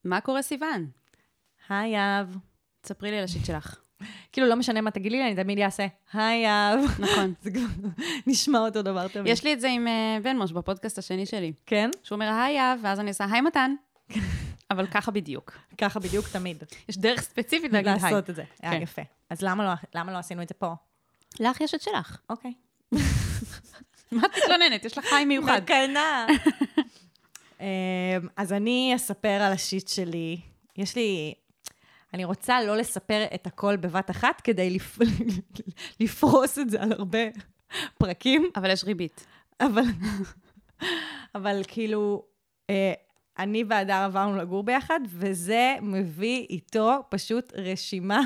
מה קורה סיוון? היי יאב. תספרי לי על השיט שלך. כאילו לא משנה מה תגידי לי, אני תמיד אעשה, היי יאב. נכון. זה כבר נשמע אותו דבר תמיד. יש לי את זה עם בן מוש בפודקאסט השני שלי. כן? שהוא אומר, היי יאב, ואז אני עושה, היי מתן. אבל ככה בדיוק. ככה בדיוק תמיד. יש דרך ספציפית להגיד היי. לעשות את זה. יפה. אז למה לא עשינו את זה פה? לך יש את שלך. אוקיי. מה את מתלוננת? יש לך היי מיוחד. מקנה. אז אני אספר על השיט שלי. אני רוצה לא לספר את הכל בבת אחת, כדי לפרוס את זה על הרבה פרקים. אבל יש ריבית. אבל כאילו, אני והדר עברנו לגור ביחד, וזה מביא איתו פשוט רשימה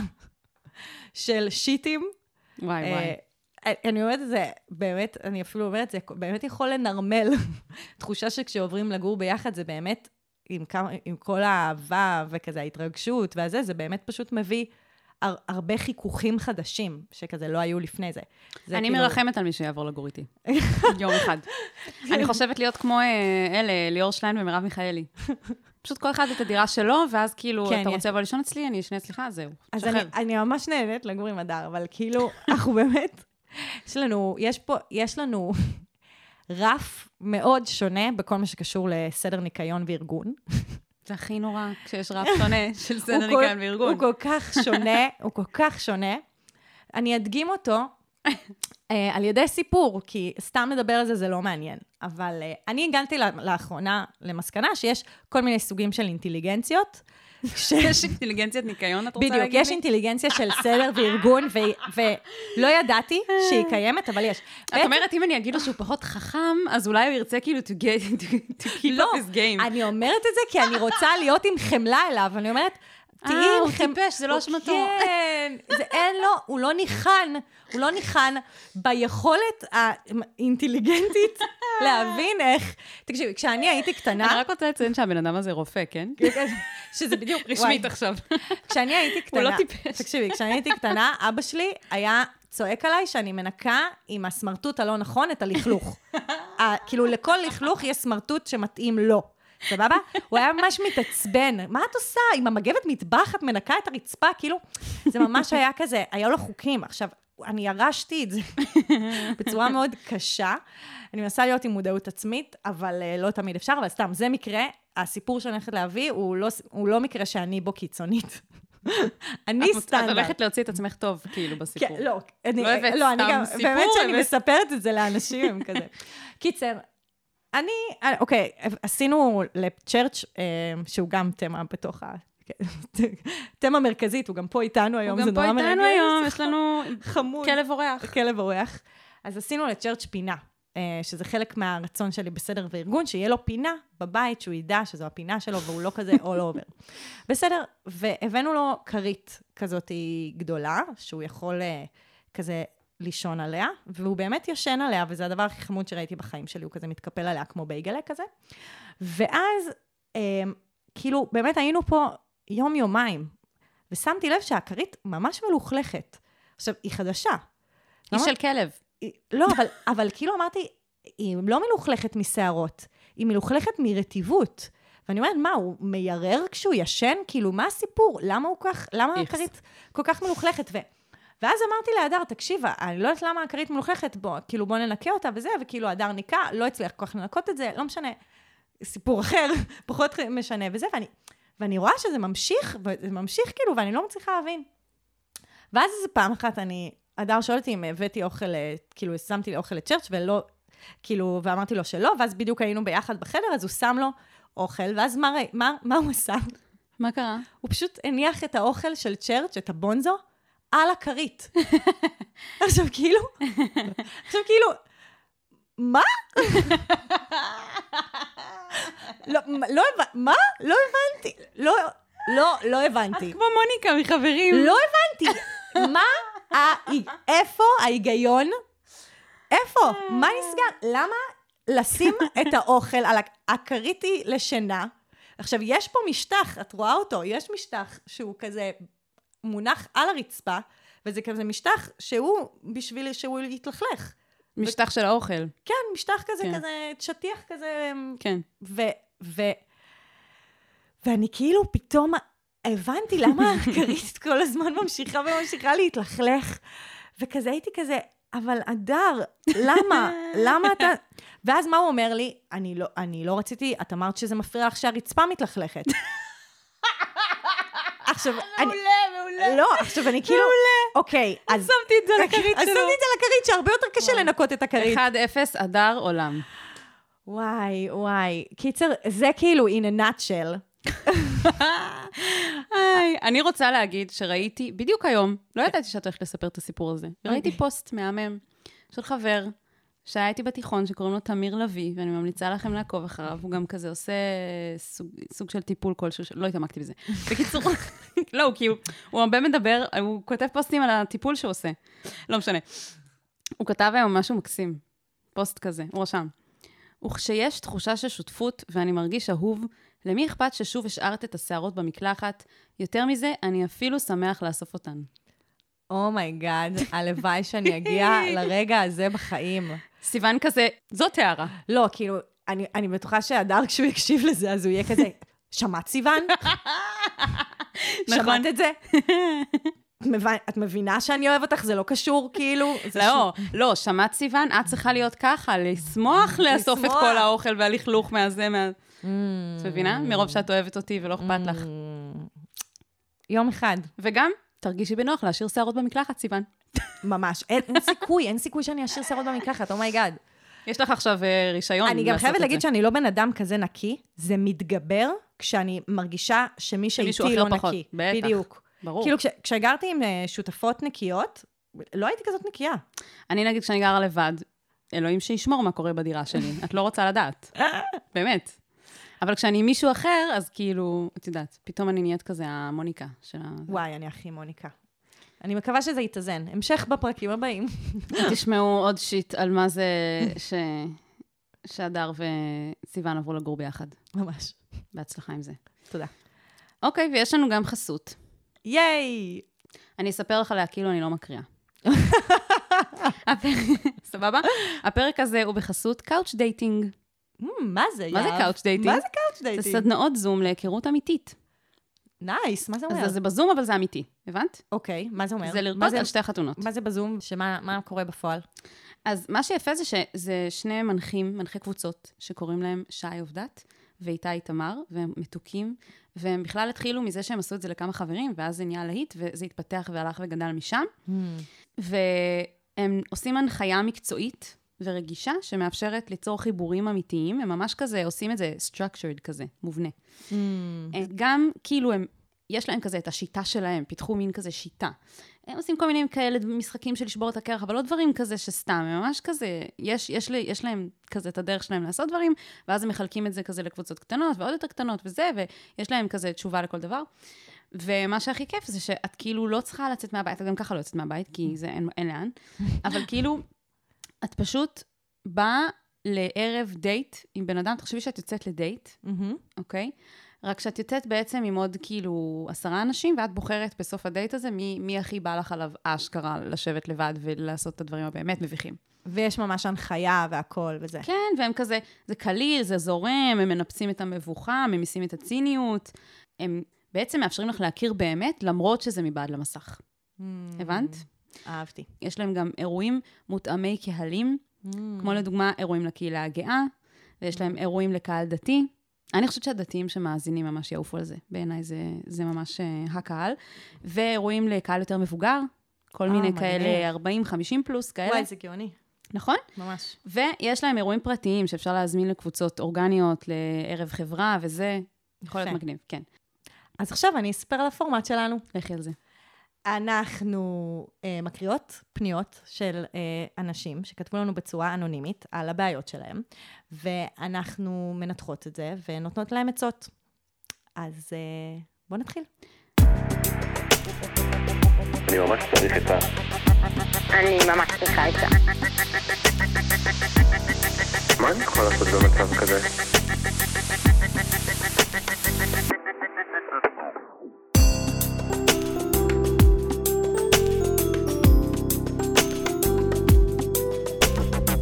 של שיטים. וואי. אני אומרת את זה, באמת, אני אפילו אומרת את זה, באמת יכול לנרמל. תחושה שכשעוברים לגור ביחד, זה באמת, עם כל האהבה וכזה ההתרגשות והזה, זה באמת פשוט מביא הרבה חיכוכים חדשים, שכזה לא היו לפני זה. אני מרחמת על מי שיעבור לגור איתי. יום אחד. אני חושבת להיות כמו ליאור שליין ומרב מיכאלי. פשוט כל אחד את הדירה שלו, ואז כאילו, אתה רוצה לבוא לישון אצלי, אני אשנה אצלך, זהו. אז אני ממש נהנית לגור עם הדר, אבל כאילו, אנחנו באמת, יש לנו רף מאוד שונה בכל מה שקשור לסדר ניקיון וארגון. זה הכי נורא כשיש רף שונה של סדר ניקיון וארגון. הוא כל כך שונה, אני אדגים אותו על ידי סיפור, כי סתם לדבר על זה זה לא מעניין. אבל אני הגעתי לאחרונה למסקנה שיש כל מיני סוגים של אינטליגנציות. יש אינטליגנציית ניקיון, את רוצה להגיד לי? בדיוק, יש אינטליגנציה של סדר וארגון, ולא ידעתי שהיא קיימת, אבל יש. את אומרת, אם אני אגיד לו שהוא פחות חכם, אז אולי הוא ירצה כאילו to keep up his game. אני אומרת את זה כי אני רוצה להיות עם חמלה אליו, אני אומרת, הוא טיפש, זה לא אשמתו. כן, הוא לא ניחן ביכולת האינטליגנטית להבין איך, תקשיבי, כשאני הייתי קטנה... אני רק רוצה לציין שהבן אדם הזה רופא, כן? שזה בדיוק... רשמית עכשיו. כשאני הייתי קטנה... הוא לא טיפש. תקשיבי, כשאני הייתי קטנה, אבא שלי היה צועק עליי שאני מנקה עם הסמרטוט הלא נכון את הלכלוך. כאילו, לכל לכלוך יש סמרטוט שמתאים לו. סבבה? הוא היה ממש מתעצבן. מה את עושה? עם המגבת מטבח, את מנקה את הרצפה? כאילו, זה ממש היה כזה, היה לו חוקים. עכשיו, אני ירשתי את זה בצורה מאוד קשה. אני מנסה להיות עם מודעות עצמית, אבל לא תמיד אפשר, אבל סתם, זה מקרה, הסיפור שאני הולכת להביא, הוא לא מקרה שאני בו קיצונית. אני סטנדרט. את הולכת להוציא את עצמך טוב, כאילו, בסיפור. לא, לא הבאת סתם סיפור. באמת שאני מספרת את זה לאנשים, כזה. קיצר, אוקיי, עשינו לצ'רץ' שהוא גם תמה בתוך תמה מרכזית, הוא גם פה איתנו היום, זה נורא מרגש. הוא גם פה איתנו היום, יש לנו חמוד. כלב אורח. אז עשינו לצ'רץ' פינה, שזה חלק מהרצון שלי בסדר וארגון, שיהיה לו פינה בבית, שהוא ידע שזו הפינה שלו, והוא לא כזה all over. בסדר, והבאנו לו כרית כזאת גדולה, שהוא יכול כזה לישון עליה, והוא באמת ישן עליה, וזה הדבר הכי חמוד שראיתי בחיים שלי, הוא כזה מתקפל עליה כמו בייגלה כזה. ואז, כאילו, באמת היינו פה יום-יומיים, ושמתי לב שהכרית ממש מלוכלכת. עכשיו, היא חדשה. היא של כלב. לא, אבל כאילו אמרתי, היא לא מלוכלכת משערות, היא מלוכלכת מרטיבות. ואני אומרת, מה, הוא מיירר כשהוא ישן? כאילו, מה הסיפור? למה הכרית כל כך מלוכלכת? ואז אמרתי להדר, תקשיבה, אני לא יודעת למה הכרית מלוכלכת, כאילו בוא ננקה אותה וזה, וכאילו הדר ניקה, לא הצליח כל כך לנקות את זה, לא משנה, סיפור אחר, פחות משנה וזה, ואני רואה שזה ממשיך, וזה ממשיך כאילו, ואני לא מצליחה להבין. ואז איזה פעם אחת הדר שואל אותי אם הבאתי אוכל, כאילו שמתי לי אוכל לצ'רץ' ולא, כאילו, ואמרתי לו שלא, ואז בדיוק היינו ביחד בחדר, אז הוא שם לו אוכל, ואז מה הוא עשה? מה קרה? הוא פשוט הניח את האוכל של צ'רץ', את הבונזו, על הכרית. עכשיו כאילו, מה? מה? לא הבנתי. לא הבנתי. את כמו מוניקה מחברים. לא הבנתי. איפה ההיגיון? איפה? מה נסגר? למה לשים את האוכל על הכרית לשינה? עכשיו, יש פה משטח, את רואה אותו, יש משטח שהוא כזה מונח על הרצפה, וזה כזה משטח שהוא בשביל שהוא יתלכלך. משטח של האוכל. כן, משטח כזה, כזה, שטיח כזה. כן. ואני כאילו פתאום הבנתי למה הכרית כל הזמן ממשיכה להתלכלך, וכזה הייתי כזה, אבל אדר, למה? למה אתה... ואז מה הוא אומר לי? אני לא רציתי, את אמרת שזה מפריע לך שהרצפה מתלכלכת. עכשיו, מעולה. לא, עכשיו אני כאילו... אוקיי, אז... שמתי את זה לכרית שלו. אז שמתי את זה לכרית, שהרבה יותר קשה לנקות את הכרית. 1-0, אדר עולם. וואי. קיצר, זה כאילו in a nutshell. אני רוצה להגיד שראיתי, בדיוק היום, לא ידעתי שאת הולכת לספר את הסיפור הזה, ראיתי פוסט מהמם של חבר, שהיה איתי בתיכון, שקוראים לו תמיר לוי, ואני ממליצה לכם לעקוב אחריו, הוא גם כזה עושה סוג של טיפול כלשהו, לא התעמקתי בזה. בקיצור, לא, כי הוא הרבה מדבר, הוא כותב פוסטים על הטיפול שהוא עושה. לא משנה. הוא כתב היום משהו מקסים, פוסט כזה, הוא רשם. וכשיש תחושה של שותפות, ואני מרגיש אהוב, למי אכפת ששוב השארת את השערות במקלחת? יותר מזה, אני אפילו שמח לאסוף אותן. אומייגאד, הלוואי שאני אגיע לרגע הזה בחיים. סיוון כזה, זאת הערה. לא, כאילו, אני בטוחה שהדר כשהוא יקשיב לזה, אז הוא יהיה כזה, שמעת סיוון? שמעת את זה? את מבינה שאני אוהב אותך? זה לא קשור, כאילו? לא, שמעת סיוון, את צריכה להיות ככה, לשמוח לאסוף את כל האוכל והלכלוך מהזה, את מבינה? מרוב שאת אוהבת אותי ולא אכפת לך. יום אחד. וגם, תרגישי בנוח להשאיר שערות במקלחת, סיוון. ממש. אין סיכוי שאני אשאיר שערות במקלחת, אומייגאד. יש לך עכשיו רישיון. אני גם חייבת להגיד שאני לא בן אדם כזה נקי, זה מתגבר כשאני מרגישה שמי שאיתי לא נקי. בדיוק. ברור. כאילו, כשגרתי עם שותפות נקיות, לא הייתי כזאת נקייה. אני נגיד, כשאני גרה לבד, אלוהים שישמור מה קורה בדירה שלי. את לא רוצה לדעת. באמת. אבל כשאני עם מישהו אחר, אז כאילו, את יודעת, פתאום אני נהיית כזה המוניקה של וואי, אני הכי מוניקה. אני מקווה שזה יתאזן. המשך בפרקים הבאים. תשמעו עוד שיט על מה זה שהדר וסיוון עברו לגור ביחד. ממש. בהצלחה עם זה. תודה. אוקיי, ויש לנו גם חסות. ייי! אני אספר לך עליה, כאילו אני לא מקריאה. סבבה? הפרק הזה הוא בחסות קאוץ' דייטינג. מה זה? מה זה קאוץ' דייטינג? מה זה קאוץ' דייטינג? זה סדנאות זום להיכרות אמיתית. נייס, מה זה אומר? אז זה בזום, אבל זה אמיתי, הבנת? אוקיי, מה זה אומר? זה לרקוד על שתי חתונות. מה זה בזום? מה קורה בפועל? אז מה שיפה זה שזה שני מנחי קבוצות, שקוראים להם שי עובדת, ואיתי תמר, והם מתוקים, והם בכלל התחילו מזה שהם עשו את זה לכמה חברים, ואז זה נהיה להיט, וזה התפתח והלך וגדל משם. והם עושים הנחיה מקצועית ורגישה, שמאפשרת ליצור חיבורים אמיתיים, הם ממש כזה, עושים את זה structured כזה, מובנה. גם כאילו יש להם כזה את השיטה שלהם, פיתחו מין כזה שיטה. הם עושים כל מיני כאלה משחקים של לשבור את הקרח, אבל לא דברים כזה שסתם, הם ממש כזה, יש להם כזה את הדרך שלהם לעשות דברים, ואז הם מחלקים את זה כזה לקבוצות קטנות, ועוד יותר קטנות וזה, ויש להם כזה תשובה לכל דבר. ומה שהכי כיף זה שאת כאילו לא צריכה לצאת מהבית, את גם ככה לא יוצאת מהבית, כי זה אין לאן, אבל כאילו, את פשוט באה לערב דייט עם בן אדם, תחשבי שאת יוצאת לדייט, אוקיי? רק שאת יוצאת בעצם עם עוד כאילו 10 אנשים, ואת בוחרת בסוף הדייט הזה מי הכי בא לך עליו אשכרה לשבת לבד ולעשות את הדברים הבאמת מביכים. ויש ממש הנחיה והכל וזה. כן, והם כזה, זה קליל, זה זורם, הם מנפסים את המבוכה, ממיסים את הציניות, הם בעצם מאפשרים לך להכיר באמת, למרות שזה מבעד למסך. הבנת? אהבתי. יש להם גם אירועים מותאמי קהלים, כמו לדוגמה אירועים לקהילה הגאה, ויש להם אירועים לקהל דתי. אני חושבת שהדתיים שמאזינים ממש יעופו על זה. בעיניי זה ממש הקהל. ואירועים לקהל יותר מבוגר, כל מיני כאלה 40-50 פלוס כאלה. וואי, זה גאוני. נכון? ממש. ויש להם אירועים פרטיים שאפשר להזמין לקבוצות אורגניות, לערב חברה, וזה יכול להיות מגניב, כן. אז עכשיו אני אספר על הפורמט שלנו. לכי על זה. אנחנו מקריאות פניות של אנשים שכתבו לנו בצורה אנונימית על הבעיות שלהם, ואנחנו מנתחות את זה ונותנות להם עצות. אז בואו נתחיל. אני ממש צריך את אני ממש צריכה את זה. מה אני יכול לעשות במצב כזה?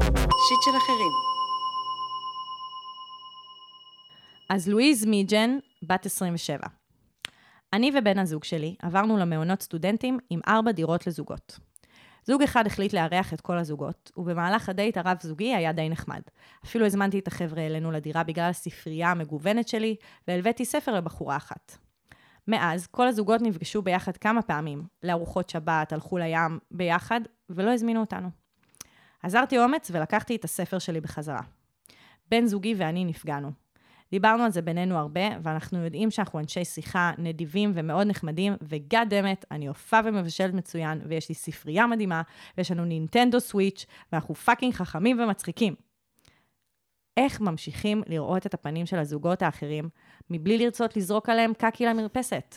שיט של אחרים. אז לואיז מיג'ן בת 27. אני ובן הזוג שלי עברנו למעונות סטודנטים עם 4 דירות לזוגות. זוג אחד החליט לארח את כל הזוגות, ובמהלך הדייט הרב זוגי היה די נחמד. אפילו הזמנתי את החבר'ה אלינו לדירה בגלל הספרייה המגוונת שלי, והלוויתי ספר לבחורה אחת. מאז, כל הזוגות נפגשו ביחד כמה פעמים, לארוחות שבת, הלכו לים ביחד, ולא הזמינו אותנו. עזרתי אומץ ולקחתי את הספר שלי בחזרה. בן זוגי ואני נפגענו. דיברנו על זה בינינו הרבה, ואנחנו יודעים שאנחנו אנשי שיחה נדיבים ומאוד נחמדים, וגאד דמת, אני הופעה ומבשלת מצוין, ויש לי ספרייה מדהימה, ויש לנו נינטנדו סוויץ', ואנחנו פאקינג חכמים ומצחיקים. איך ממשיכים לראות את הפנים של הזוגות האחרים, מבלי לרצות לזרוק עליהם קקי למרפסת?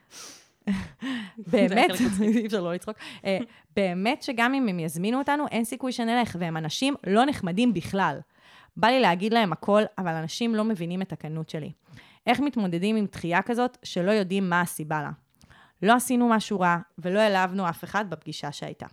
באמת, אי אפשר לא לצחוק, באמת שגם אם הם יזמינו אותנו, אין סיכוי שנלך, והם אנשים לא נחמדים בכלל. בא לי להגיד להם הכל, אבל אנשים לא מבינים את הכנות שלי. איך מתמודדים עם דחייה כזאת שלא יודעים מה הסיבה לה? לא עשינו משהו רע, ולא העלבנו אף אחד בפגישה שהייתה.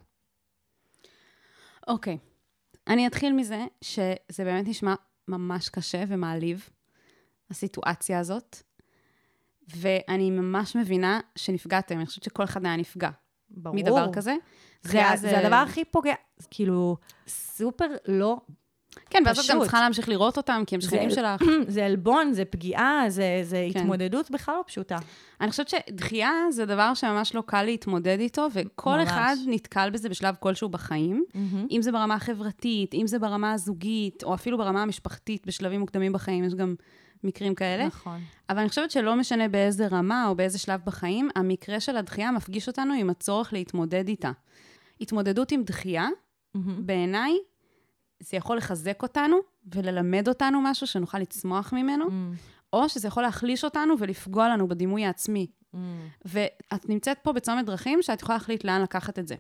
אוקיי. אני אתחיל מזה שזה באמת נשמע ממש קשה ומעליב, הסיטואציה הזאת, ואני ממש מבינה שנפגעתם. אני חושבת שכל אחד היה נפגע. ברור. מדבר כזה. זה הדבר הכי פוגע, כאילו, סופר לא כן, ואז את גם צריכה להמשיך לראות אותם, כי הם שכנים שלך. זה אלבון, זה פגיעה, זה התמודדות בכלל לא פשוטה. אני חושבת שדחייה זה דבר שממש לא קל להתמודד איתו, וכל אחד נתקל בזה בשלב כלשהו בחיים, אם זה ברמה החברתית, אם זה ברמה הזוגית, או אפילו ברמה המשפחתית, בשלבים מוקדמים בחיים, יש גם מקרים כאלה. נכון. אבל אני חושבת שלא משנה באיזה רמה או באיזה שלב בחיים, המקרה של הדחייה מפגיש אותנו עם הצורך להתמודד איתה. התמודדות עם דחייה, בעיניי, זה יכול לחזק אותנו וללמד אותנו משהו שנוכל לצמוח ממנו, או שזה יכול להחליש אותנו ולפגוע לנו בדימוי העצמי. ואת נמצאת פה בצומת דרכים שאת יכולה להחליט לאן לקחת את זה.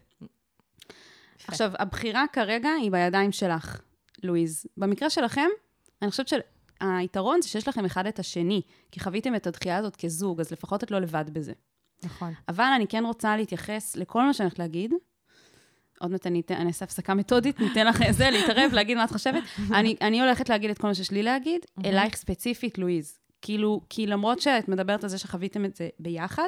עכשיו, הבחירה כרגע היא בידיים שלך, לואיז. במקרה שלכם, אני חושבת שהיתרון זה שיש לכם אחד את השני, כי חוויתם את הדחייה הזאת כזוג, אז לפחות את לא לבד בזה. נכון. אבל אני כן רוצה להתייחס לכל מה שאני הולכת להגיד, עוד מעט אני אעשה הפסקה מתודית, ניתן לך איזה, להתערב, להגיד מה את חושבת. אני הולכת להגיד את כל מה שיש לי להגיד, אלייך ספציפית, לואיז. כאילו, כי למרות שאת מדברת על זה שחוויתם את זה ביחד,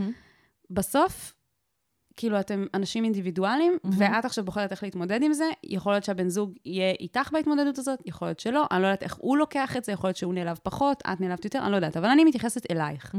בסוף, כאילו, אתם אנשים אינדיבידואליים, ואת עכשיו בוחרת איך להתמודד עם זה, יכול להיות שהבן זוג יהיה איתך בהתמודדות הזאת, יכול להיות שלא, אני לא יודעת איך הוא לוקח את זה, יכול להיות שהוא נעלב פחות, את נעלבת יותר, אני לא יודעת, אבל אני מתייחסת אלייך.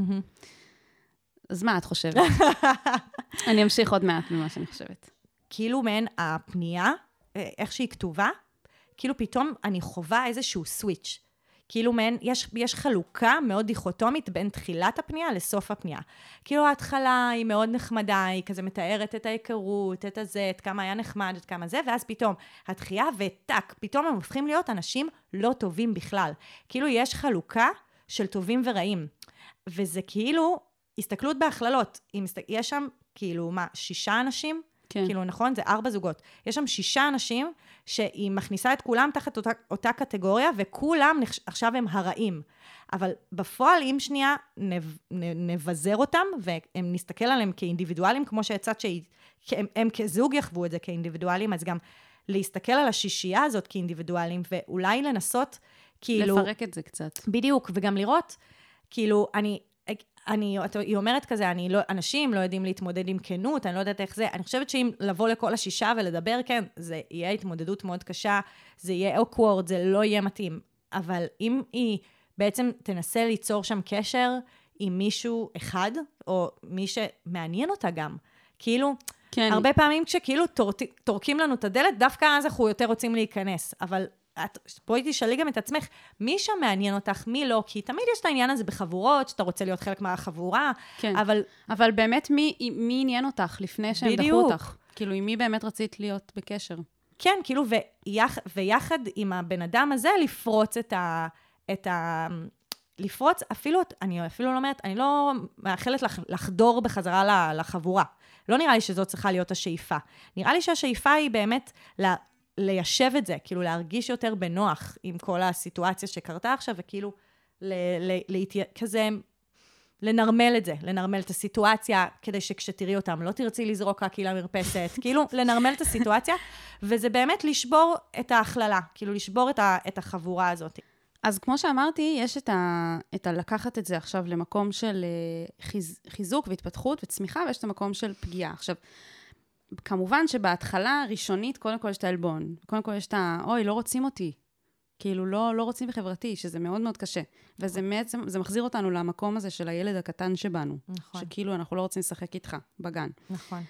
אז מה את חושבת? אני אמשיך עוד מעט ממה שאני חושבת. כאילו מעין הפנייה, איך שהיא כתובה, כאילו פתאום אני חובה איזשהו סוויץ'. כאילו מעין, יש חלוקה מאוד דיכוטומית בין תחילת הפנייה לסוף הפנייה. כאילו ההתחלה היא מאוד נחמדה, היא כזה מתארת את ההיכרות, את הזה, את כמה היה נחמד, את כמה זה, ואז פתאום התחייה וטק, פתאום הם הופכים להיות אנשים לא טובים בכלל. כאילו יש חלוקה של טובים ורעים. וזה כאילו הסתכלות בהכללות. יש שם כאילו 6 אנשים, כן. כאילו, נכון? זה 4 זוגות. יש שם 6 אנשים שהיא מכניסה את כולם תחת אותה קטגוריה, וכולם עכשיו הם הרעים. אבל בפועל, אם שנייה נבזר אותם, והם נסתכל עליהם כאינדיבידואלים, כמו שהצעת שהם כזוג יחוו את זה כאינדיבידואלים, אז גם להסתכל על השישייה הזאת כאינדיבידואלים, ואולי לנסות, כאילו... לפרק את זה קצת. בדיוק, וגם לראות, כאילו, היא אומרת כזה, אנשים לא יודעים להתמודד עם כנות, אני לא יודעת איך זה, אני חושבת שאם לבוא לכל 6 ולדבר, כן, זה יהיה התמודדות מאוד קשה, זה יהיה awkward, זה לא יהיה מתאים, אבל אם היא בעצם תנסה ליצור שם קשר עם מישהו אחד, או מי שמעניין אותה גם, כאילו, כן. הרבה פעמים כשכאילו תורקים לנו את הדלת, דווקא אז אנחנו יותר רוצים להיכנס, אבל... בואי תשאלי גם את עצמך, מי שם מעניין אותך, מי לא, כי תמיד יש את העניין הזה בחבורות, שאתה רוצה להיות חלק מהחבורה, כן. אבל באמת מי עניין אותך לפני שהם דחו אותך? כאילו, עם מי באמת רצית להיות בקשר? כן, כאילו, ויחד עם הבן אדם הזה, לפרוץ לפרוץ, אני אפילו לא אומרת, אני לא מאחלת לחדור בחזרה לחבורה. לא נראה לי שזאת צריכה להיות השאיפה. נראה לי שהשאיפה היא באמת ליישב את זה, כאילו להרגיש יותר בנוח עם כל הסיטואציה שקרתה עכשיו, וכאילו כזה לנרמל את זה, לנרמל את הסיטואציה, כדי שכשתראי אותם לא תרצי לזרוק קקי למרפסת, כאילו לנרמל את הסיטואציה, וזה באמת לשבור את ההכללה, כאילו לשבור את החבורה הזאת. אז כמו שאמרתי, יש את לקחת את זה עכשיו למקום של חיזוק והתפתחות וצמיחה, ויש את המקום של פגיעה. עכשיו, כמובן שבהתחלה, ראשונית, קודם כל יש את העלבון. קודם כל יש את אוי, לא רוצים אותי. כאילו, לא רוצים בחברתי, שזה מאוד מאוד קשה. וזה בעצם, זה מחזיר אותנו למקום הזה של הילד הקטן שבנו. נכון. שכאילו, אנחנו לא רוצים לשחק איתך בגן. נכון.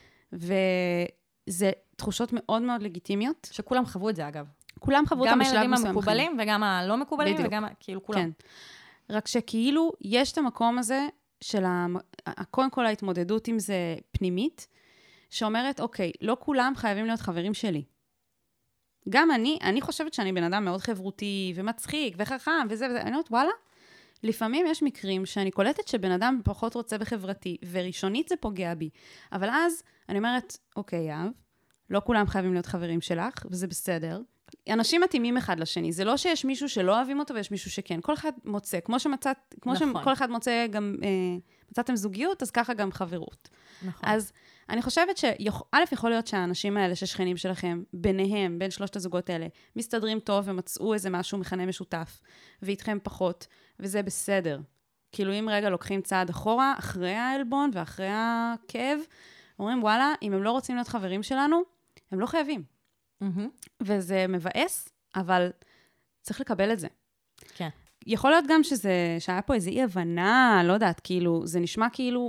וזה תחושות מאוד מאוד לגיטימיות. שכולם חוו את זה, אגב. כולם חוו אותם בשלב מסוים. גם הילדים המקובלים וגם הלא מקובלים, וגם כאילו כולם. כן. רק שכאילו, יש את המקום הזה של קודם כל ההתמודדות עם זה פנימית, שאומרת, אוקיי, לא כולם חייבים להיות חברים שלי. גם אני חושבת שאני בן אדם מאוד חברותי ומצחיק וחכם וזה וזה. אני אומרת, וואלה, לפעמים יש מקרים שאני קולטת שבן אדם פחות רוצה בחברתי, וראשונית זה פוגע בי. אבל אז אני אומרת, אוקיי, יאב, לא כולם חייבים להיות חברים שלך, וזה בסדר. אנשים מתאימים אחד לשני. זה לא שיש מישהו שלא אוהבים אותו ויש מישהו שכן. כל אחד מוצא. כמו שכל אחד מוצא גם, מצאתם זוגיות, אז ככה גם חברות. נכון. אז אני חושבת א', יכול להיות שהאנשים האלה ששכנים שלכם, ביניהם, בין שלושת הזוגות האלה, מסתדרים טוב ומצאו איזה משהו מכנה משותף, ואיתכם פחות, וזה בסדר. כאילו אם רגע לוקחים צעד אחורה, אחרי העלבון ואחרי הכאב, אומרים, וואלה, אם הם לא רוצים להיות חברים שלנו, הם לא חייבים. וזה מבאס, אבל צריך לקבל את זה. כן. יכול להיות גם שהיה פה איזו אי-הבנה, לא יודעת, כאילו, זה נשמע כאילו,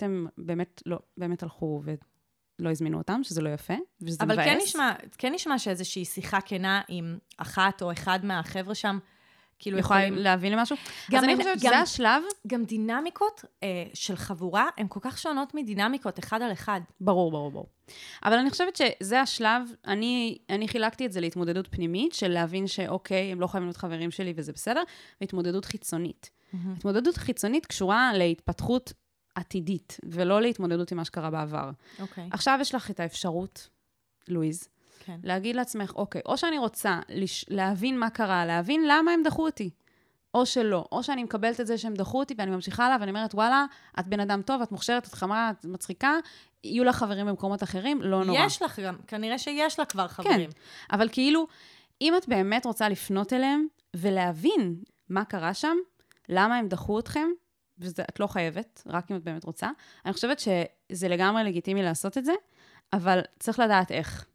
באמת הלכו ולא הזמינו אותם, שזה לא יפה, וזה מבאס. אבל כן נשמע שאיזושהי שיחה כנה עם אחת או אחד מהחבר'ה שם, כאילו יכולה להבין למשהו? אז אני חושבת שזה השלב. גם דינמיקות של חבורה, הן כל כך שונות מדינמיקות אחד על אחד. ברור. אבל אני חושבת שזה השלב, אני חילקתי את זה להתמודדות פנימית, של להבין שאוקיי, הם לא חייבים להיות חברים שלי וזה בסדר, והתמודדות חיצונית. התמודדות חיצונית קשורה להתפתחות עתידית, ולא להתמודדות עם מה שקרה בעבר. עכשיו יש לך את האפשרות, לואיז, כן. להגיד לעצמך, אוקיי, או שאני רוצה להבין מה קרה, להבין למה הם דחו אותי, או שלא, או שאני מקבלת את זה שהם דחו אותי, ואני ממשיכה לה, ואני אומרת, וואלה, את בן אדם טוב, את מוכשרת, את חמה, את מצחיקה, יהיו לך חברים במקומות אחרים, לא נורא. יש לך גם, כנראה שיש לך כבר חברים. כן, אבל כאילו, אם את באמת רוצה לפנות אליהם, ולהבין מה קרה שם, למה הם דחו אתכם, ואת לא חייבת, רק אם את באמת רוצה, אני חושבת שזה לגמרי לגיטימי לעשות את זה, אבל צריך לדעת איך.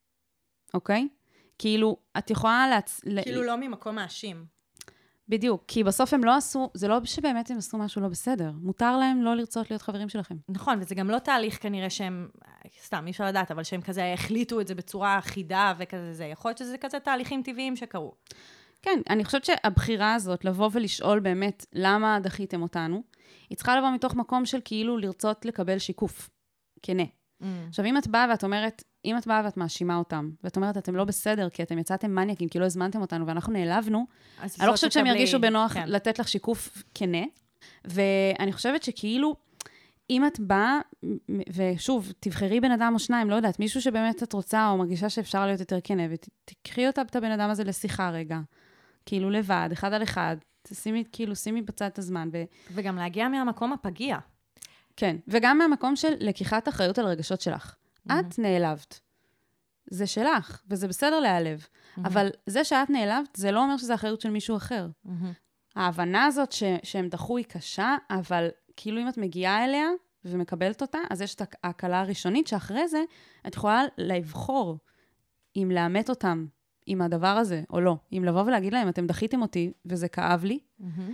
אוקיי? כאילו, את יכולה כאילו לא ממקום מאשים. בדיוק, כי בסוף הם לא עשו, זה לא שבאמת הם עשו משהו לא בסדר. מותר להם לא לרצות להיות חברים שלכם. נכון, וזה גם לא תהליך כנראה שהם, סתם, אי אפשר לדעת, אבל שהם כזה החליטו את זה בצורה אחידה וכזה זה. יכול להיות שזה כזה תהליכים טבעיים שקרו. כן, אני חושבת שהבחירה הזאת, לבוא ולשאול באמת למה דחיתם אותנו, היא צריכה לבוא מתוך מקום של כאילו לרצות לקבל שיקוף. כנה. עכשיו, אם את באה ואת אומרת, אם את באה ואת מאשימה אותם, ואת אומרת, אתם לא בסדר, כי אתם יצאתם מניאקים, כי לא הזמנתם אותנו, ואנחנו נעלבנו, אני לא חושבת שהם ירגישו בנוח לתת לך שיקוף כנה, ואני חושבת שכאילו, אם את באה, ושוב, תבחרי בן אדם או שניים, לא יודעת, מישהו שבאמת את רוצה, או מרגישה שאפשר להיות יותר כנה, ותקחי אותה את הבן אדם הזה לשיחה רגע, כאילו לבד, אחד על אחד, שימי בצד את הזמן. וגם להגיע מהמקום הפגיע. כן, וגם מהמקום של לקיחת אחריות על הרגשות שלך. את נעלבת. זה שלך, וזה בסדר להיעלב. אבל זה שאת נעלבת, זה לא אומר שזה אחריות של מישהו אחר. ההבנה הזאת שהם דחו היא קשה, אבל כאילו אם את מגיעה אליה ומקבלת אותה, אז יש את ההקלה הראשונית, שאחרי זה את יכולה לבחור אם לאמת אותם עם הדבר הזה, או לא. אם לבוא ולהגיד להם, אתם דחיתם אותי, וזה כאב לי,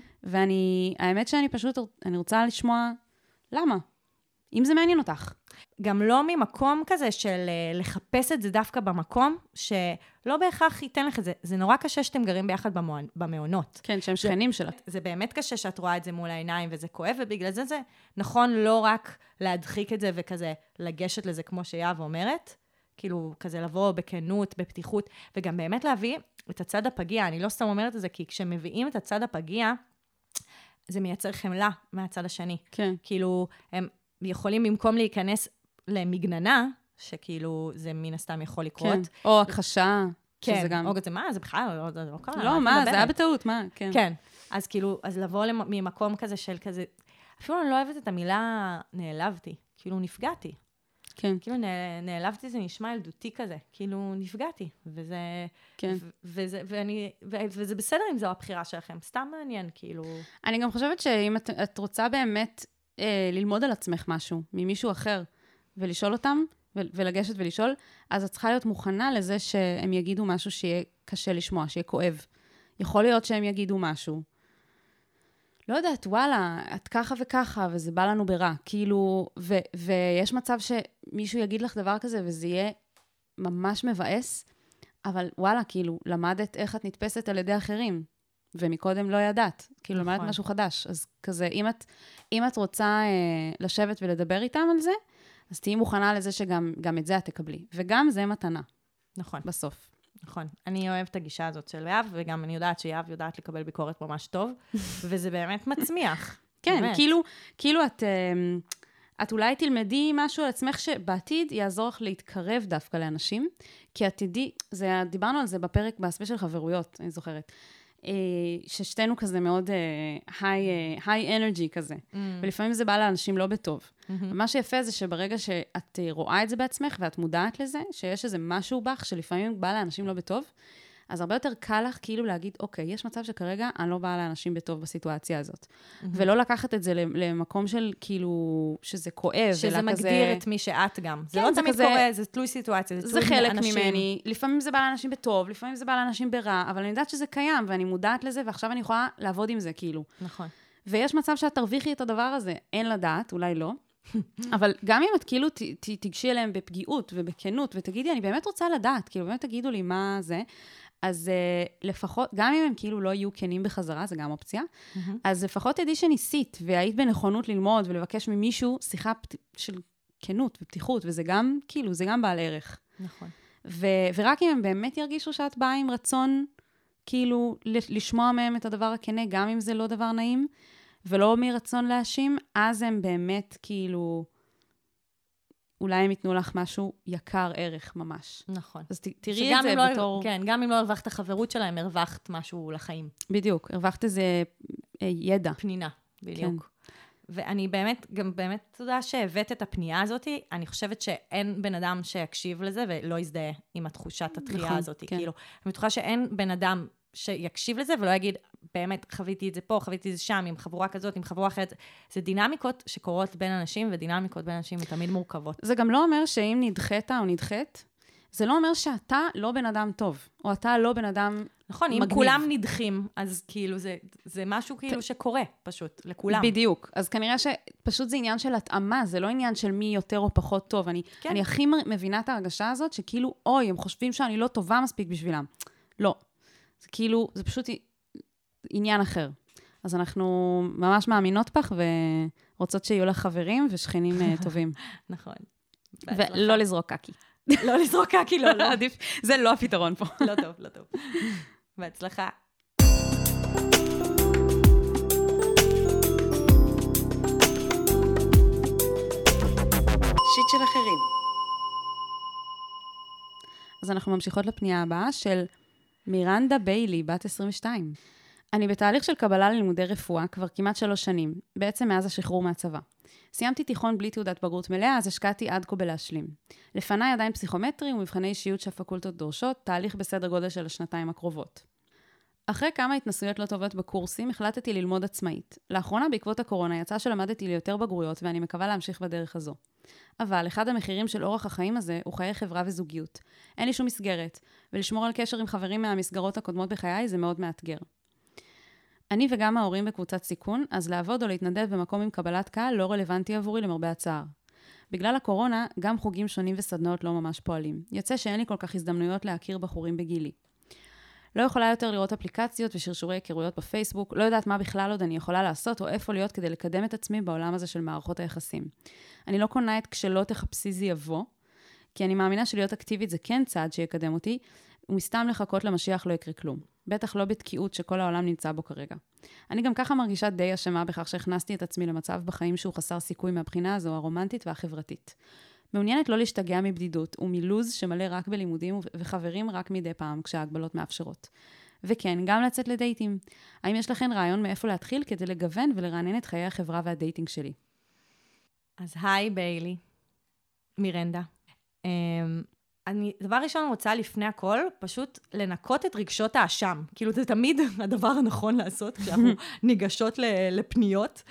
האמת שאני פשוט, אני רוצה לשמוע למה? אם זה מעניין אותך. גם לא ממקום כזה של לחפש את זה דווקא במקום, שלא בהכרח ייתן לך את זה. זה נורא קשה שאתם גרים ביחד במעונות. כן, שהם שכנים שלך. זה באמת קשה שאת רואה את זה מול העיניים, וזה כואב, ובגלל זה נכון לא רק להדחיק את זה וכזה לגשת לזה כמו שיאב אומרת, כאילו כזה לבוא בכנות, בפתיחות, וגם באמת להביא את הצד הפגיע. אני לא סתם אומרת את זה, כי כשמביאים את הצד הפגיע, זה מייצר חמלה מהצד השני. כן. כאילו, הם יכולים במקום להיכנס למגננה, שכאילו זה מן הסתם יכול לקרות. כן, או הכחשה. כן, גם... או זה מה? זה בכלל לא קרה. לא, מה? זה היה בטעות, מה? כן. כן, אז כאילו, אז לבוא ממקום כזה של כזה, אפילו אני לא אוהבת את המילה נעלבתי, כאילו נפגעתי. כן. כאילו נעלבתי, זה נשמע ילדותי כזה, כאילו נפגעתי, וזה בסדר אם זו הבחירה שלכם, סתם מעניין, כאילו... אני גם חושבת שאם את רוצה באמת ללמוד על עצמך משהו, ממישהו אחר, ולשאול אותם, ולגשת ולשאול, אז את צריכה להיות מוכנה לזה שהם יגידו משהו שיהיה קשה לשמוע, שיהיה כואב. יכול להיות שהם יגידו משהו. לא יודעת, וואלה, את ככה וככה, וזה בא לנו ברע. כאילו, ויש מצב שמישהו יגיד לך דבר כזה, וזה יהיה ממש מבאס, אבל וואלה, כאילו, למדת איך את נתפסת על ידי אחרים, ומקודם לא ידעת. כאילו, למדת משהו חדש. אז כזה, אם את רוצה לשבת ולדבר איתם על זה, אז תהיי מוכנה לזה שגם את זה את תקבלי. וגם זה מתנה. נכון. בסוף. נכון. אני אוהבת את הגישה הזאת של יאב, וגם אני יודעת שיאב יודעת לקבל ביקורת ממש טוב, וזה באמת מצמיח. כן, באמת. כאילו את אולי תלמדי משהו על עצמך שבעתיד יעזור לך להתקרב דווקא לאנשים, כי את תדעי, דיברנו על זה בפרק בספיישל חברויות, אני זוכרת. ששתינו כזה מאוד high energy כזה. ולפעמים זה בא לאנשים לא בטוב. ומה שיפה זה שברגע שאת רואה את זה בעצמך, ואת מודעת לזה, שיש איזה משהו בך, שלפעמים בא לאנשים לא בטוב, אז הרבה יותר קל לך כאילו להגיד, אוקיי, יש מצב שכרגע אני לא באה לאנשים בטוב בסיטואציה הזאת. ולא לקחת את זה למקום של כאילו, שזה כואב. שזה מגדיר את מי שאת גם. זה לא תמיד קורה, זה תלוי סיטואציה, זה חלק ממני. לפעמים זה בא לאנשים בטוב, לפעמים זה בא לאנשים ברע, אבל אני יודעת שזה קיים, ואני מודעת לזה, ועכשיו אני יכולה לעבוד עם זה, כאילו. נכון. ויש מצב שאת תרוויחי את הדבר הזה. אין לדעת, אולי לא. אבל גם אם את כאילו תגשי אליהם בפגיעות ובכנות, ותגידי, אני באמת רוצה לדעת, כאילו באמת תגידו לי מה זה, אז לפחות, גם אם הם כאילו לא יהיו כנים בחזרה, זה גם אופציה, אז לפחות תדעי שניסית, והיית בנכונות ללמוד ולבקש ממישהו שיחה של כנות ופתיחות, וזה גם, כאילו, זה גם בעל ערך. נכון. ורק אם הם באמת ירגישו שאת באה עם רצון, כאילו, לשמוע מהם את הדבר הכנה, גם אם זה לא דבר נעים, ולא מרצון להאשים, אז הם באמת, כאילו, אולי הם ייתנו לך משהו יקר ערך ממש. נכון. אז תראי את זה בתור... כן, גם אם לא הרווחת החברות שלהם, הרווחת משהו לחיים. בדיוק, הרווחת איזה ידע. פנינה, בדיוק. כן. ואני באמת, גם באמת תודה שהבאת את הפנייה הזאת, אני חושבת שאין בן אדם שיקשיב לזה ולא יזדהה עם התחושת התחייה נכון, הזאת. כן. כאילו, אני בטוחה שאין בן אדם שיקשיב לזה ולא יגיד, באמת, חוויתי את זה פה, חוויתי את זה שם, עם חבורה כזאת, עם חבורה אחרת. זה דינמיקות שקורות בין אנשים, ודינמיקות בין אנשים הן תמיד מורכבות. זה גם לא אומר שאם נדחית או נדחית, זה לא אומר שאתה לא בן אדם טוב, או אתה לא בן אדם נכון, אם כולם נדחים, אז כאילו זה משהו כאילו שקורה פשוט, לכולם. בדיוק. אז כנראה שפשוט זה עניין של התאמה, זה לא עניין של מי יותר או פחות טוב. אני הכי מבינה את ההרגשה הזאת, שכאילו, אוי, הם חושבים שאני לא טובה מספיק בשבילם. לא. זה כאילו, זה פשוט עניין אחר. אז אנחנו ממש מאמינות בך, ורוצות שיהיו לך חברים ושכנים טובים. נכון. ולא לזרוק קקי. לא לזרוק קקי, לא. עדיף, זה לא הפתרון פה. לא טוב, לא טוב. בהצלחה. שיט של אחרים. אז אנחנו ממשיכות לפנייה הבאה של מירנדה ביילי, בת 22. אני בתהליך של קבלה ללימודי רפואה כבר כמעט 3 שנים, בעצם מאז השחרור מהצבא. סיימתי תיכון בלי תעודת בגרות מלאה, אז השקעתי עד כה בלהשלים. לפניי עדיין פסיכומטרי ומבחני אישיות שהפקולטות דורשות, תהליך בסדר גודל של 2 הקרובות. אחרי כמה התנסויות לא טובות בקורסים, החלטתי ללמוד עצמאית. לאחרונה, בעקבות הקורונה, יצא שלמדתי ליותר בגרויות, ואני מקווה להמשיך בדרך הזו. אבל אחד המחירים של אורח החיים הזה הוא חיי חברה וזוגיות. אין לי שום מסגרת, ולשמור על קשר עם חברים מהמסגרות הקודמות בחיי זה מאוד מאתגר. אני וגם ההורים בקבוצת סיכון, אז לעבוד או להתנדב במקום עם קבלת קהל לא רלוונטי עבורי למרבה הצער. בגלל הקורונה, גם חוגים שונים וסדנאות לא ממש פועלים. יוצא שאין לי כל כך הזדמנויות להכיר בחורים בגילי. לא יכולה יותר לראות אפליקציות ושרשורי היכרויות בפייסבוק, לא יודעת מה בכלל עוד אני יכולה לעשות או איפה להיות כדי לקדם את עצמי בעולם הזה של מערכות היחסים. אני לא קונה את כשלא תחפשי זה יבוא, כי אני מאמינה שלהיות אקטיבית זה כן צעד שיקדם אותי, ומסתם לחכות למשיח לא יקרה כלום. בטח לא בתקיעות שכל העולם נמצא בו כרגע. אני גם ככה מרגישה די אשמה בכך שהכנסתי את עצמי למצב בחיים שהוא חסר סיכוי מהבחינה הזו הרומנטית והחברתית. מעוניינת לא להשתגע מבדידות ומלוז שמלא רק בלימודים וחברים רק מדי פעם כשההגבלות מאפשרות. וכן, גם לצאת לדייטים. האם יש לכן רעיון מאיפה להתחיל כדי לגוון ולרענן את חיי החברה והדייטינג שלי? אז היי ביילי. מירנדה. דבר ראשון אני רוצה לפני הכל, פשוט לנקות את רגשות האשם. כאילו זה תמיד הדבר הנכון לעשות, כשאנחנו ניגשות לפניות.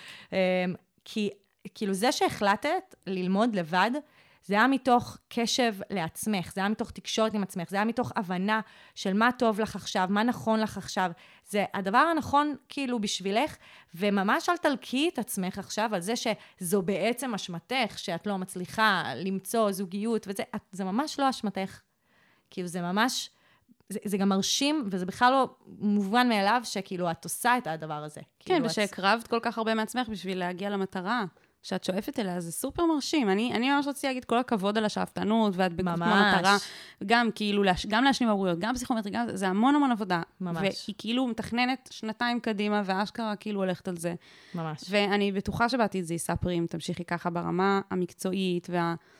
כי כאילו זה שהחלטת ללמוד לבד, זה היה מתוך קשב לעצמך, זה היה מתוך תקשורת עם עצמך, זה היה מתוך הבנה של מה טוב לך עכשיו, מה נכון לך עכשיו. זה הדבר הנכון כאילו בשבילך, וממש אל תלקי את עצמך עכשיו על זה שזו בעצם אשמתך, שאת לא מצליחה למצוא זוגיות, וזה זה ממש לא אשמתך. כאילו זה ממש, זה גם מרשים, וזה בכלל לא מובן מאליו שכאילו את עושה את הדבר הזה. כן, כאילו ושהקרבת כל כך הרבה מעצמך בשביל להגיע למטרה. שאת שואפת אליה, זה סופר מרשים. אני ממש רציתי להגיד כל הכבוד על השאפתנות, ואת בגוף המטרה, גם כאילו, גם להשלים בגרויות, גם פסיכומטרי, גם, זה המון המון עבודה. ממש. והיא כאילו מתכננת 2 קדימה, ואשכרה כאילו הולכת על זה. ממש. ואני בטוחה שבעתיד זה יישא פרי, אם תמשיכי ככה ברמה המקצועית,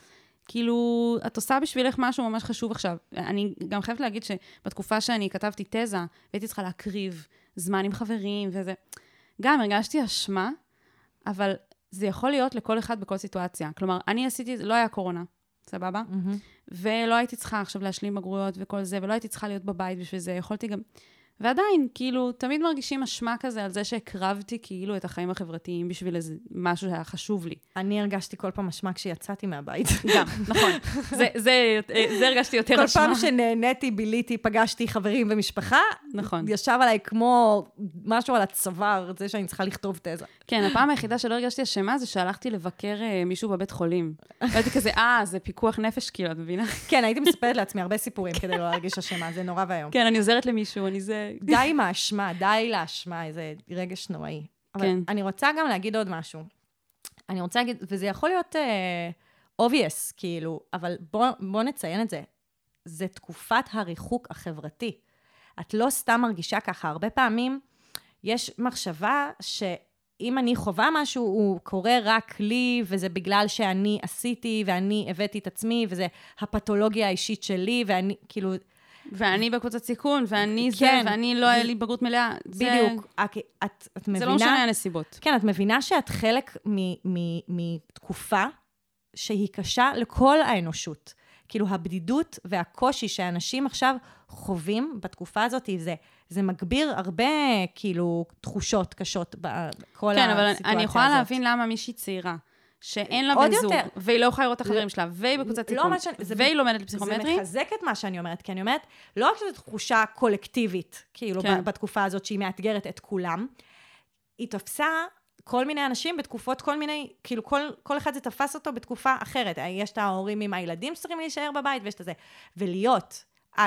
כאילו, את עושה בשבילך משהו ממש חשוב עכשיו. אני גם חייבת להגיד שבתקופה שאני כתבתי תזה, והייתי צריכה להקריב זמן עם חברים, וזה, גם הרגשתי אשמה, אבל זה יכול להיות לכל אחד בכל סיטואציה. כלומר, אני עשיתי, לא היה קורונה, סבבה? ולא הייתי צריכה עכשיו להשלים בגרויות וכל זה, ולא הייתי צריכה להיות בבית בשביל זה, יכולתי גם... ועדיין, כאילו, תמיד מרגישים אשמה כזה על זה שהקרבתי כאילו את החיים החברתיים בשביל איזה משהו שהיה חשוב לי. אני הרגשתי כל פעם אשמה כשיצאתי מהבית. גם, נכון. זה הרגשתי יותר אשמה. כל פעם שנהניתי, ביליתי, פגשתי חברים ומשפחה, נכון. ישב עליי כמו משהו על הצוואר, זה שאני צריכה לכתוב תזה. כן, הפעם היחידה שלא הרגשתי אשמה זה שהלכתי לבקר מישהו בבית חולים. והייתי כזה, זה פיקוח נפש, כאילו, את מבינה? כן, הייתי מספרת לעצמי הרבה סיפורים כדי לא להרגיש אשמה, זה נורא והיום. כן, אני עוזרת למישהו, אני זה... די עם האשמה, די לאשמה, איזה רגש נוראי. אבל כן. אני רוצה גם להגיד עוד משהו. אני רוצה להגיד, וזה יכול להיות obvious, כאילו, אבל בוא נציין את זה. זה תקופת הריחוק החברתי. את לא סתם מרגישה ככה. הרבה פעמים יש מחשבה שאם אני חווה משהו, הוא קורה רק לי, וזה בגלל שאני עשיתי, ואני הבאתי את עצמי, וזה הפתולוגיה האישית שלי, ואני, כאילו... ואני בקבוצת סיכון, ואני זה, כן, ואני לא היה לי בגרות מלאה. בדיוק. את מבינה... זה לא משנה הנסיבות. כן, את מבינה שאת חלק מתקופה שהיא קשה לכל האנושות. כאילו, הבדידות והקושי שאנשים עכשיו חווים בתקופה הזאת, זה מגביר הרבה, כאילו, תחושות קשות בכל הסיטואציה הזאת. כן, אבל אני יכולה להבין למה מישהי צעירה, שאין לה בן זוג, והיא לא יכולה לראות את החברים שלה, והיא בקבוצת סיכון, והיא לומדת לפסיכומטרי. זה מחזק את מה שאני אומרת, כי אני אומרת, לא רק שזו תחושה קולקטיבית, כאילו, בתקופה הזאת שהיא מאתגרת את כולם, היא תפסה כל מיני אנשים בתקופות, כל מיני, כאילו, כל אחד זה תפס אותו בתקופה אחרת. יש את ההורים עם הילדים שצריכים להישאר בבית, ויש את זה. ולהיות,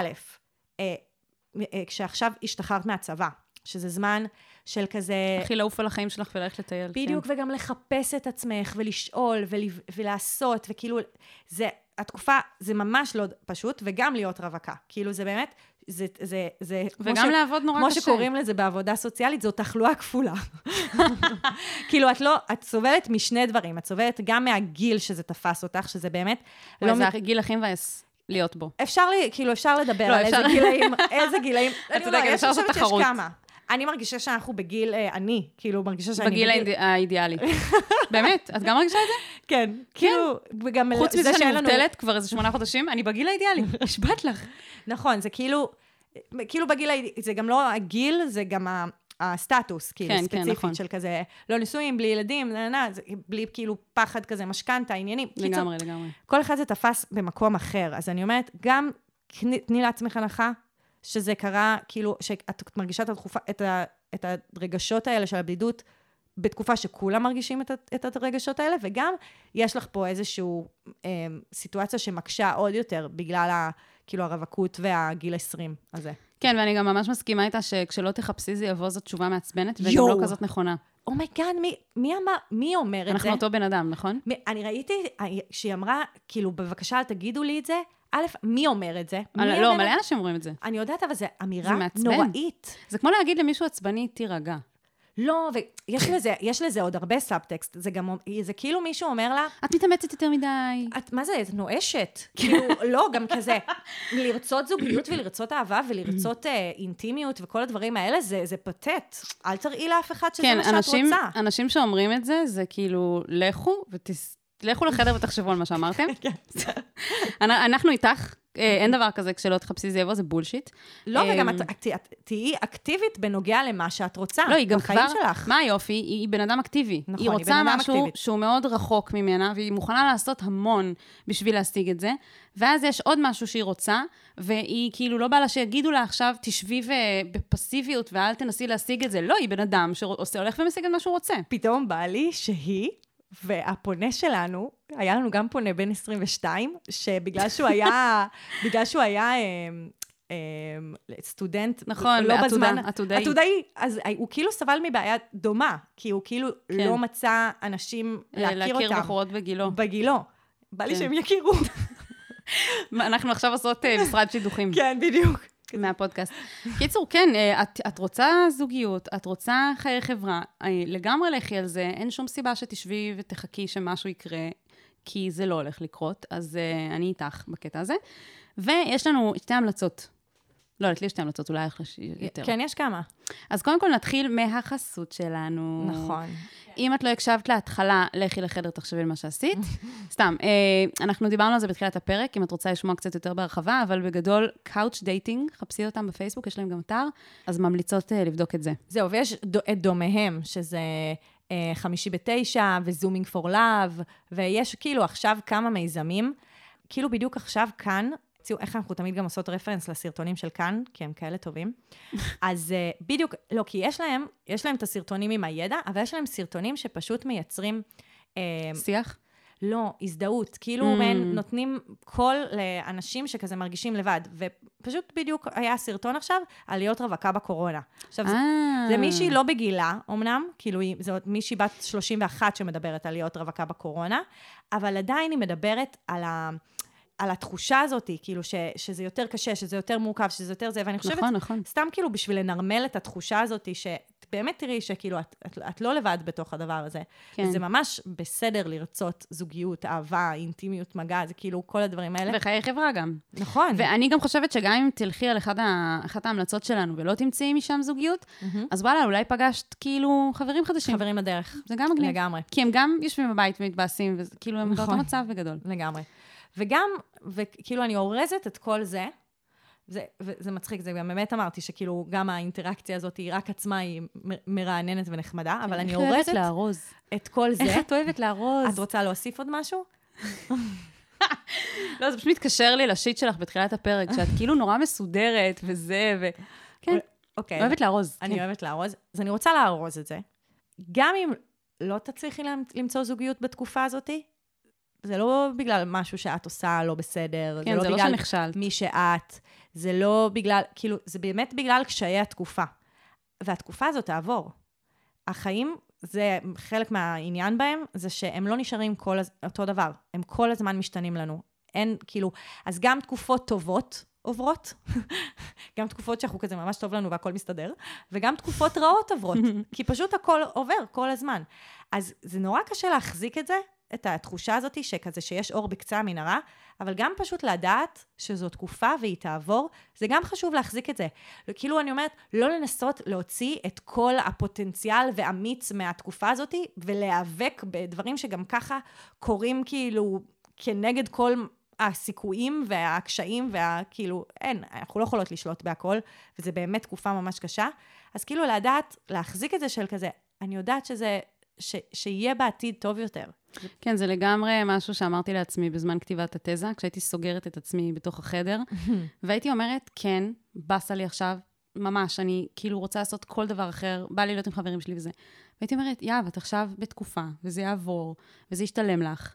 כשעכשיו השתחררת מהצבא, שזה זמן של כזה... הכי לעוף על החיים שלך וללכת לטייל. בדיוק, כן. וגם לחפש את עצמך, ולשאול, ולעשות, וכאילו, התקופה, זה ממש לא פשוט, וגם להיות רווקה. כאילו, זה באמת, זה וגם לעבוד נורא קשה. כמו שקוראים לזה בעבודה סוציאלית, זו תחלואה כפולה. כאילו, את סובלת משני דברים. את סובלת גם מהגיל שזה תפס אותך, שזה באמת... זה הגיל הכי מבאס להיות בו. אפשר לדבר על איזה גילאים... אתה יודע, אפשר לעשות תחרות. אני מרגישה שאנחנו בגיל, כאילו מרגישה שאני בגיל האידיאלי. באמת? את גם מרגישה את זה? כן. כאילו, וגם... חוץ מזה שאני מובטלת כבר איזה 8 חודשים, אני בגיל האידיאלי. נשבעת לך. נכון, זה כאילו בגיל, זה גם לא הגיל, זה גם הסטטוס, כאילו, ספציפית של כזה, לא נישואים, בלי ילדים, בלי כאילו פחד כזה, משכנתה, עניינים. לגמרי. כל אחד זה תפס במקום אחר. אז אני אומרת, גם תני לעצמך הנחה, שזה קרה, כאילו, שאת מרגישה את הרגשות האלה של הבדידות, בתקופה שכולם מרגישים את הרגשות האלה, וגם יש לך פה איזושהי סיטואציה שמקשה עוד יותר, בגלל כאילו הרווקות והגיל 20 הזה. כן, ואני גם ממש מסכימה איתה שכשלא תחפשי זה יבוא, זאת תשובה מעצבנת, וגם לא כזאת נכונה. אומייגאד, מי אומר את זה? אנחנו אותו בן אדם, נכון? אני ראיתי שהיא אמרה, כאילו, בבקשה, תגידו לי את זה, א', מי אומר את זה? לא, מלא אנשים אומרים את זה. אני יודעת, אבל זו אמירה נוראית. זה כמו להגיד למישהו עצבני, תירגע. לא, ויש לזה עוד הרבה סאבטקסט. זה כאילו מישהו אומר לה... את מתאמצת יותר מדי. מה זה? את נואשת. כאילו, לא, גם כזה. לרצות זוגיות ולרצות אהבה ולרצות אינטימיות וכל הדברים האלה, זה פתט. אל תראי לאף אחד שזה מה שאת רוצה. אנשים שאומרים את זה, זה כאילו, לכו לכו לחדר ותחשבו על מה שאמרתם. אנחנו איתך, אין דבר כזה, כשלא תחפשי זה יבוא, זה בולשיט. לא, וגם תהיי אקטיבית בנוגע למה שאת רוצה. לא, היא גם בחיים כבר, שלך. מה היופי? היא בן אדם אקטיבי. נכון, היא היא רוצה בן אדם משהו אקטיבית. שהוא מאוד רחוק ממנה, והיא מוכנה לעשות המון בשביל להשיג את זה, ואז יש עוד משהו שהיא רוצה, והיא כאילו לא באה לה שיגידו לה עכשיו, תשבי בפסיביות, ואל תנסי להשיג את זה. לא, היא בן אדם שהולך ומשיג את מה שהוא רוצה. פתאום בא לי שהיא, והפונה שלנו, היה לנו גם פונה בן 22, שבגלל שהוא היה, סטודנט, נכון, לא בזמן, עתודאי. אז הוא כאילו סבל מבעיה דומה, כי הוא כאילו לא מצא אנשים להכיר אותם. להכיר בחורות בגילו. בגילו. בא לי שהם יכירו. אנחנו עכשיו עושות משרד שידוכים. כן, בדיוק. מהפודקאסט. קיצור, כן, את רוצה זוגיות, את רוצה חיי חברה, לגמרי לכי על זה, אין שום סיבה שתשבי ותחכי שמשהו יקרה, כי זה לא הולך לקרות, אז אני איתך בקטע הזה. ויש לנו שתי המלצות. לא, לי יש שתי המלצות, אולי יותר. כן, יש כמה. אז קודם כל נתחיל מהחסות שלנו. נכון. אם את לא הקשבת להתחלה, לכי לחדר, תחשבי על מה שעשית. סתם, אנחנו דיברנו על זה בתחילת הפרק, אם את רוצה לשמוע קצת יותר בהרחבה, אבל בגדול, קאוץ' דייטינג, חפשי אותם בפייסבוק, יש להם גם אתר, אז ממליצות לבדוק את זה. זהו, ויש את דומיהם, שזה 5:9, וזומינג פור לאב, ויש כאילו עכשיו כמה מיזמים, כאילו בדיוק עכשיו כאן, איך אנחנו תמיד גם עושות רפרנס לסרטונים של כאן, כי הם כאלה טובים. אז בדיוק, לא, כי יש להם את הסרטונים עם הידע, אבל יש להם סרטונים שפשוט מייצרים... שיח? לא, הזדהות. כאילו נותנים קול לאנשים שכזה מרגישים לבד. ופשוט בדיוק היה סרטון עכשיו על להיות רווקה בקורונה. עכשיו, זה מישהי לא בגילה, אמנם, כאילו זו מישהי בת 31 שמדברת על להיות רווקה בקורונה, אבל עדיין היא מדברת על התחושה הזאת, כאילו שזה יותר קשה, שזה יותר מורכב, שזה יותר זה, ואני חושבת, נכון. סתם כאילו בשביל לנרמל את התחושה הזאת, שבאמת תראי שכאילו את לא לבד בתוך הדבר הזה. כן. זה ממש בסדר לרצות זוגיות, אהבה, אינטימיות, מגע, זה כאילו כל הדברים האלה. וחיי חברה גם. נכון. ואני גם חושבת שגם אם תלכי על אחת ההמלצות שלנו, ולא תמצאי משם זוגיות, אז וואלה, אולי פגשת כאילו חברים חדשים. חברים בדרך. זה גם מגניב. לגמרי. כי הם גם יושבים בבית ומתבאסים, וכאילו הם באותו מצב בגדול. לגמרי. וגם, וכאילו אני אורזת את כל זה, וזה מצחיק, זה גם באמת אמרתי שכאילו גם האינטראקציה הזאת היא רק עצמה, היא מרעננת ונחמדה, אבל אני אורזת את כל זה. איך את אוהבת לארוז? את רוצה להוסיף עוד משהו? לא, זה פשוט מתקשר לי לשיט שלך בתחילת הפרק, שאת כאילו נורא מסודרת וזה, כן, אוהבת לארוז. אני אוהבת לארוז, אז אני רוצה לארוז את זה. גם אם לא תצליחי למצוא זוגיות בתקופה הזאת, זה לא בגלל משהו שאת עושה לא בסדר, כן, זה לא בגלל שנכשלת. מי שאת, זה לא בגלל, כאילו, זה באמת בגלל קשיי התקופה. והתקופה הזאת תעבור. החיים, זה חלק מהעניין בהם, זה שהם לא נשארים אותו דבר. הם כל הזמן משתנים לנו. אין, כאילו, אז גם תקופות טובות עוברות, גם תקופות שאנחנו כזה ממש טוב לנו והכל מסתדר, וגם תקופות רעות עוברות, כי פשוט הכל עובר כל הזמן. אז זה נורא קשה להחזיק את זה, את התחושה הזאת שכזה שיש אור בקצה המנהרה, אבל גם פשוט לדעת שזו תקופה והיא תעבור, זה גם חשוב להחזיק את זה. כאילו אני אומרת, לא לנסות להוציא את כל הפוטנציאל והאמיץ מהתקופה הזאת, ולהיאבק בדברים שגם ככה קורים כאילו כנגד כל הסיכויים והקשיים, והכאילו, אין, אנחנו לא יכולות לשלוט בהכל, וזה באמת תקופה ממש קשה. אז כאילו לדעת, להחזיק את זה של כזה, אני יודעת שזה, שיהיה בעתיד טוב יותר. כן, זה לגמרי משהו שאמרתי לעצמי בזמן כתיבת התזה, כשהייתי סוגרת את עצמי בתוך החדר, והייתי אומרת, כן, בסה לי עכשיו, ממש, אני כאילו רוצה לעשות כל דבר אחר, בא לי להיות עם חברים שלי וזה. והייתי אומרת, את עכשיו בתקופה, וזה יעבור, וזה ישתלם לך,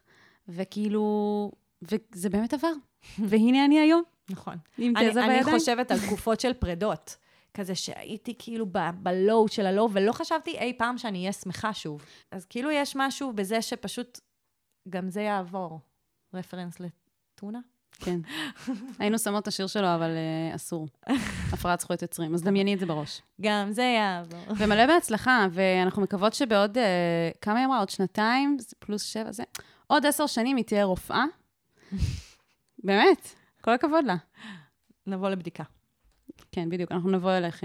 וכאילו, וזה באמת עבר. והנה אני היום. נכון. עם תזה בידיים. אני חושבת על תקופות של פרדות. כזה שהייתי כאילו בלואו של הלואו, ולא חשבתי אי פעם שאני אהיה שמחה שוב. אז כאילו יש משהו בזה שפשוט גם זה יעבור. רפרנס לטונה? כן. היינו שמות את השיר שלו, אבל אסור. הפרעת זכויות יוצרים. אז דמייני את זה בראש. גם זה יעבור. ומלא בהצלחה, ואנחנו מקוות שבעוד, כמה ימרה? עוד 2, פלוס 7, זה. עוד 10 שנים היא תהיה רופאה. באמת, כל הכבוד לה. נבוא לבדיקה. כן, בדיוק. אנחנו נבוא אליך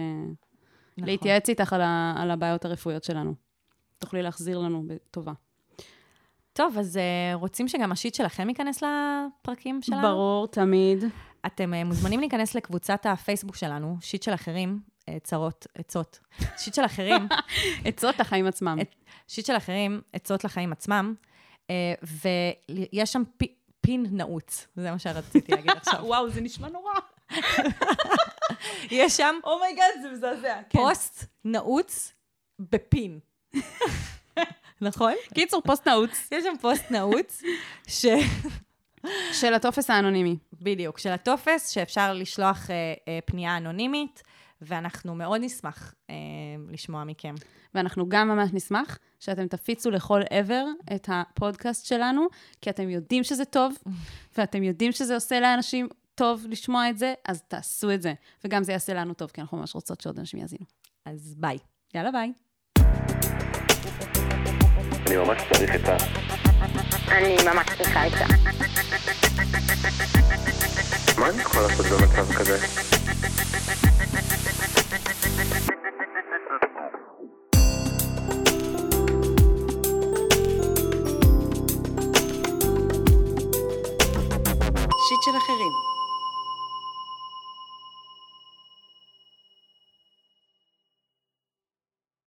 להתייעץ איתך על הבעיות הרפואיות שלנו. תוכלי להחזיר לנו בטובה. טוב, אז רוצים שגם השיט שלכם ייכנס לפרקים שלנו? ברור, תמיד. אתם מוזמנים להיכנס לקבוצת הפייסבוק שלנו, שיט של אחרים, עצות. שיט של אחרים. עצות לחיים עצמם. שיט של אחרים, עצות לחיים עצמם, ויש שם פין נעוץ. זה מה שרציתי להגיד עכשיו. וואו, זה נשמע נורא. יש שם... אומייגאד, זה מזעזע. פוסט נעוץ בפין. נכון? קיצור, פוסט נעוץ. יש שם פוסט נעוץ, של הטופס האנונימי. בדיוק, של הטופס, שאפשר לשלוח פנייה אנונימית, ואנחנו מאוד נשמח לשמוע מכם. ואנחנו גם ממש נשמח שאתם תפיצו לכל עבר את הפודקאסט שלנו, כי אתם יודעים שזה טוב, ואתם יודעים שזה עושה לאנשים טוב לשמוע את זה, אז תעשו את זה. וגם זה יעשה לנו טוב, כי אנחנו ממש רוצות שעוד אנשים יאזינו. אז ביי. יאללה, ביי. אני ממש צריך את ה... אני ממש צריכה את זה. מה אני יכול לעשות במצב כזה? שיט של אחרים.